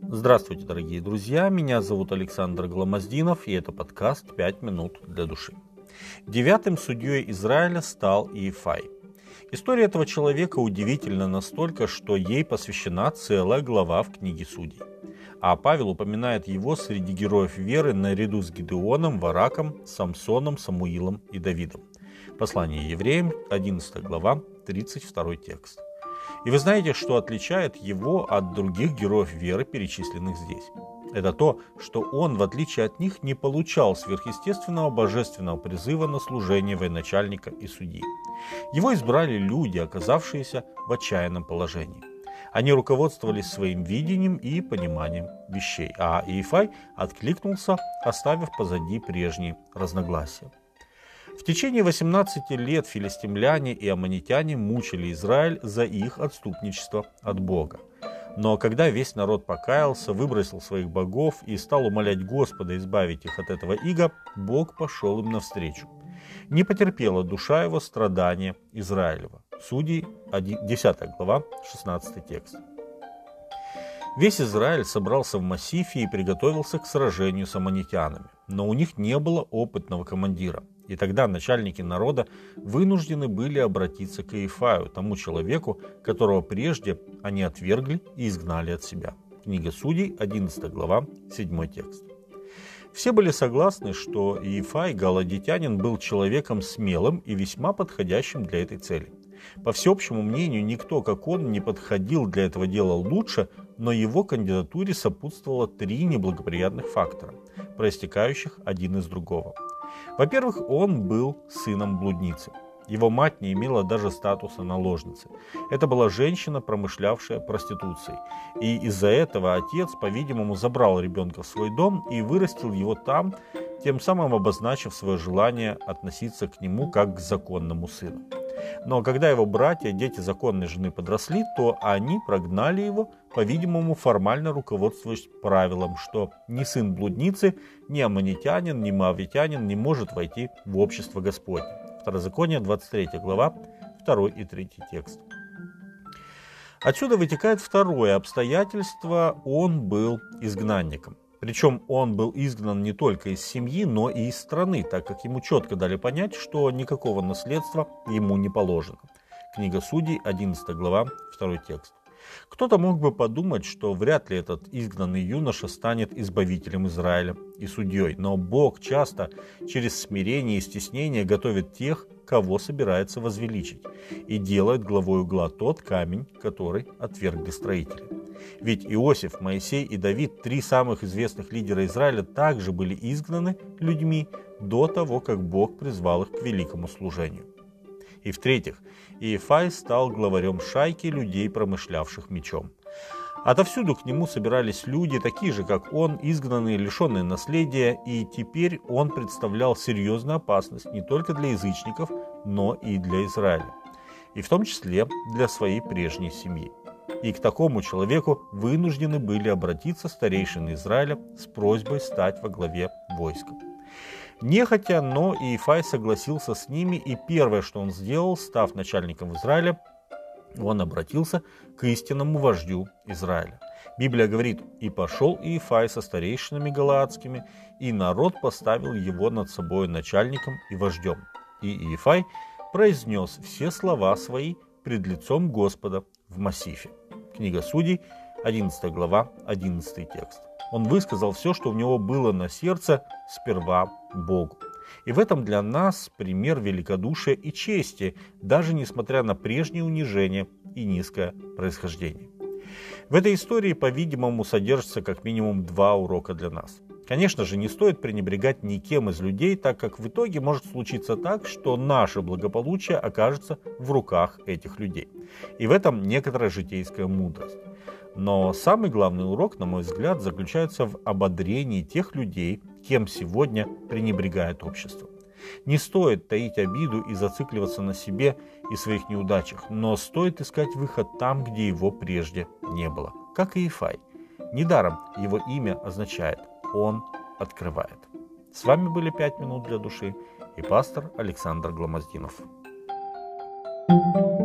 Здравствуйте, дорогие друзья, меня зовут Александр Гломоздинов, и это подкаст «5 минут для души». 9-м судьей Израиля стал Иефай. История этого человека удивительна настолько, что ей посвящена целая глава в книге Судей. А Павел упоминает его среди героев веры наряду с Гидеоном, Вараком, Самсоном, Самуилом и Давидом. Послание евреям, 11 глава, 32 текст. И вы знаете, что отличает его от других героев веры, перечисленных здесь? Это то, что он, в отличие от них, не получал сверхъестественного божественного призыва на служение военачальника и судьи. Его избрали люди, оказавшиеся в отчаянном положении. Они руководствовались своим видением и пониманием вещей, а Иефай откликнулся, оставив позади прежние разногласия. В течение 18 лет филистимляне и аммонитяне мучили Израиль за их отступничество от Бога. Но когда весь народ покаялся, выбросил своих богов и стал умолять Господа избавить их от этого ига, Бог пошел им навстречу. Не потерпела душа его страдания Израилева. Судей, 10 глава, 16 текст. Весь Израиль собрался в Массифе и приготовился к сражению с аммонитянами, но у них не было опытного командира. И тогда начальники народа вынуждены были обратиться к Иефаю, тому человеку, которого прежде они отвергли и изгнали от себя. Книга Судей, 11 глава, 7 текст. Все были согласны, что Иефай, галаадитянин, был человеком смелым и весьма подходящим для этой цели. По всеобщему мнению, никто, как он, не подходил для этого дела лучше, но его кандидатуре сопутствовало 3 неблагоприятных фактора, проистекающих один из другого. Во-первых, он был сыном блудницы. Его мать не имела даже статуса наложницы. Это была женщина, промышлявшая проституцией. И из-за этого отец, по-видимому, забрал ребенка в свой дом и вырастил его там, тем самым обозначив свое желание относиться к нему как к законному сыну. Но когда его братья, дети законной жены, подросли, то они прогнали его, по-видимому, формально руководствуясь правилом, что ни сын блудницы, ни аммонитянин, ни моавитянин не может войти в общество Господне. Второзаконие, 23 глава, 2 и 3 текст. Отсюда вытекает второе обстоятельство: он был изгнанником. Причем он был изгнан не только из семьи, но и из страны, так как ему четко дали понять, что никакого наследства ему не положено. Книга Судей, 11 глава, 2 текст. Кто-то мог бы подумать, что вряд ли этот изгнанный юноша станет избавителем Израиля и судьей, но Бог часто через смирение и стеснение готовит тех, кого собирается возвеличить, и делает главой угла тот камень, который отвергли строители. Ведь Иосиф, Моисей и Давид, 3 самых известных лидера Израиля, также были изгнаны людьми до того, как Бог призвал их к великому служению. И в-третьих, Иефай стал главарем шайки людей, промышлявших мечом. Отовсюду к нему собирались люди, такие же, как он, изгнанные, лишенные наследия, и теперь он представлял серьезную опасность не только для язычников, но и для Израиля, и в том числе для своей прежней семьи. И к такому человеку вынуждены были обратиться старейшины Израиля с просьбой стать во главе войска. Нехотя, но Иефай согласился с ними, и первое, что он сделал, став начальником Израиля, он обратился к истинному вождю Израиля. Библия говорит: «И пошел Иефай со старейшинами галаадскими, и народ поставил его над собой начальником и вождем. И Иефай произнес все слова свои пред лицом Господа в Массифе». Книга Судей, 11 глава, 11 текст. Он высказал все, что у него было на сердце, сперва Богу. И в этом для нас пример великодушия и чести, даже несмотря на прежнее унижение и низкое происхождение. В этой истории, по-видимому, содержится как минимум 2 урока для нас. Конечно же, не стоит пренебрегать никем из людей, так как в итоге может случиться так, что наше благополучие окажется в руках этих людей. И в этом некоторая житейская мудрость. Но самый главный урок, на мой взгляд, заключается в ободрении тех людей, кем сегодня пренебрегает общество. Не стоит таить обиду и зацикливаться на себе и своих неудачах, но стоит искать выход там, где его прежде не было. Как и Иефай. Недаром его имя означает «Он открывает». С вами были 5 минут для души и пастор Александр Гломоздинов.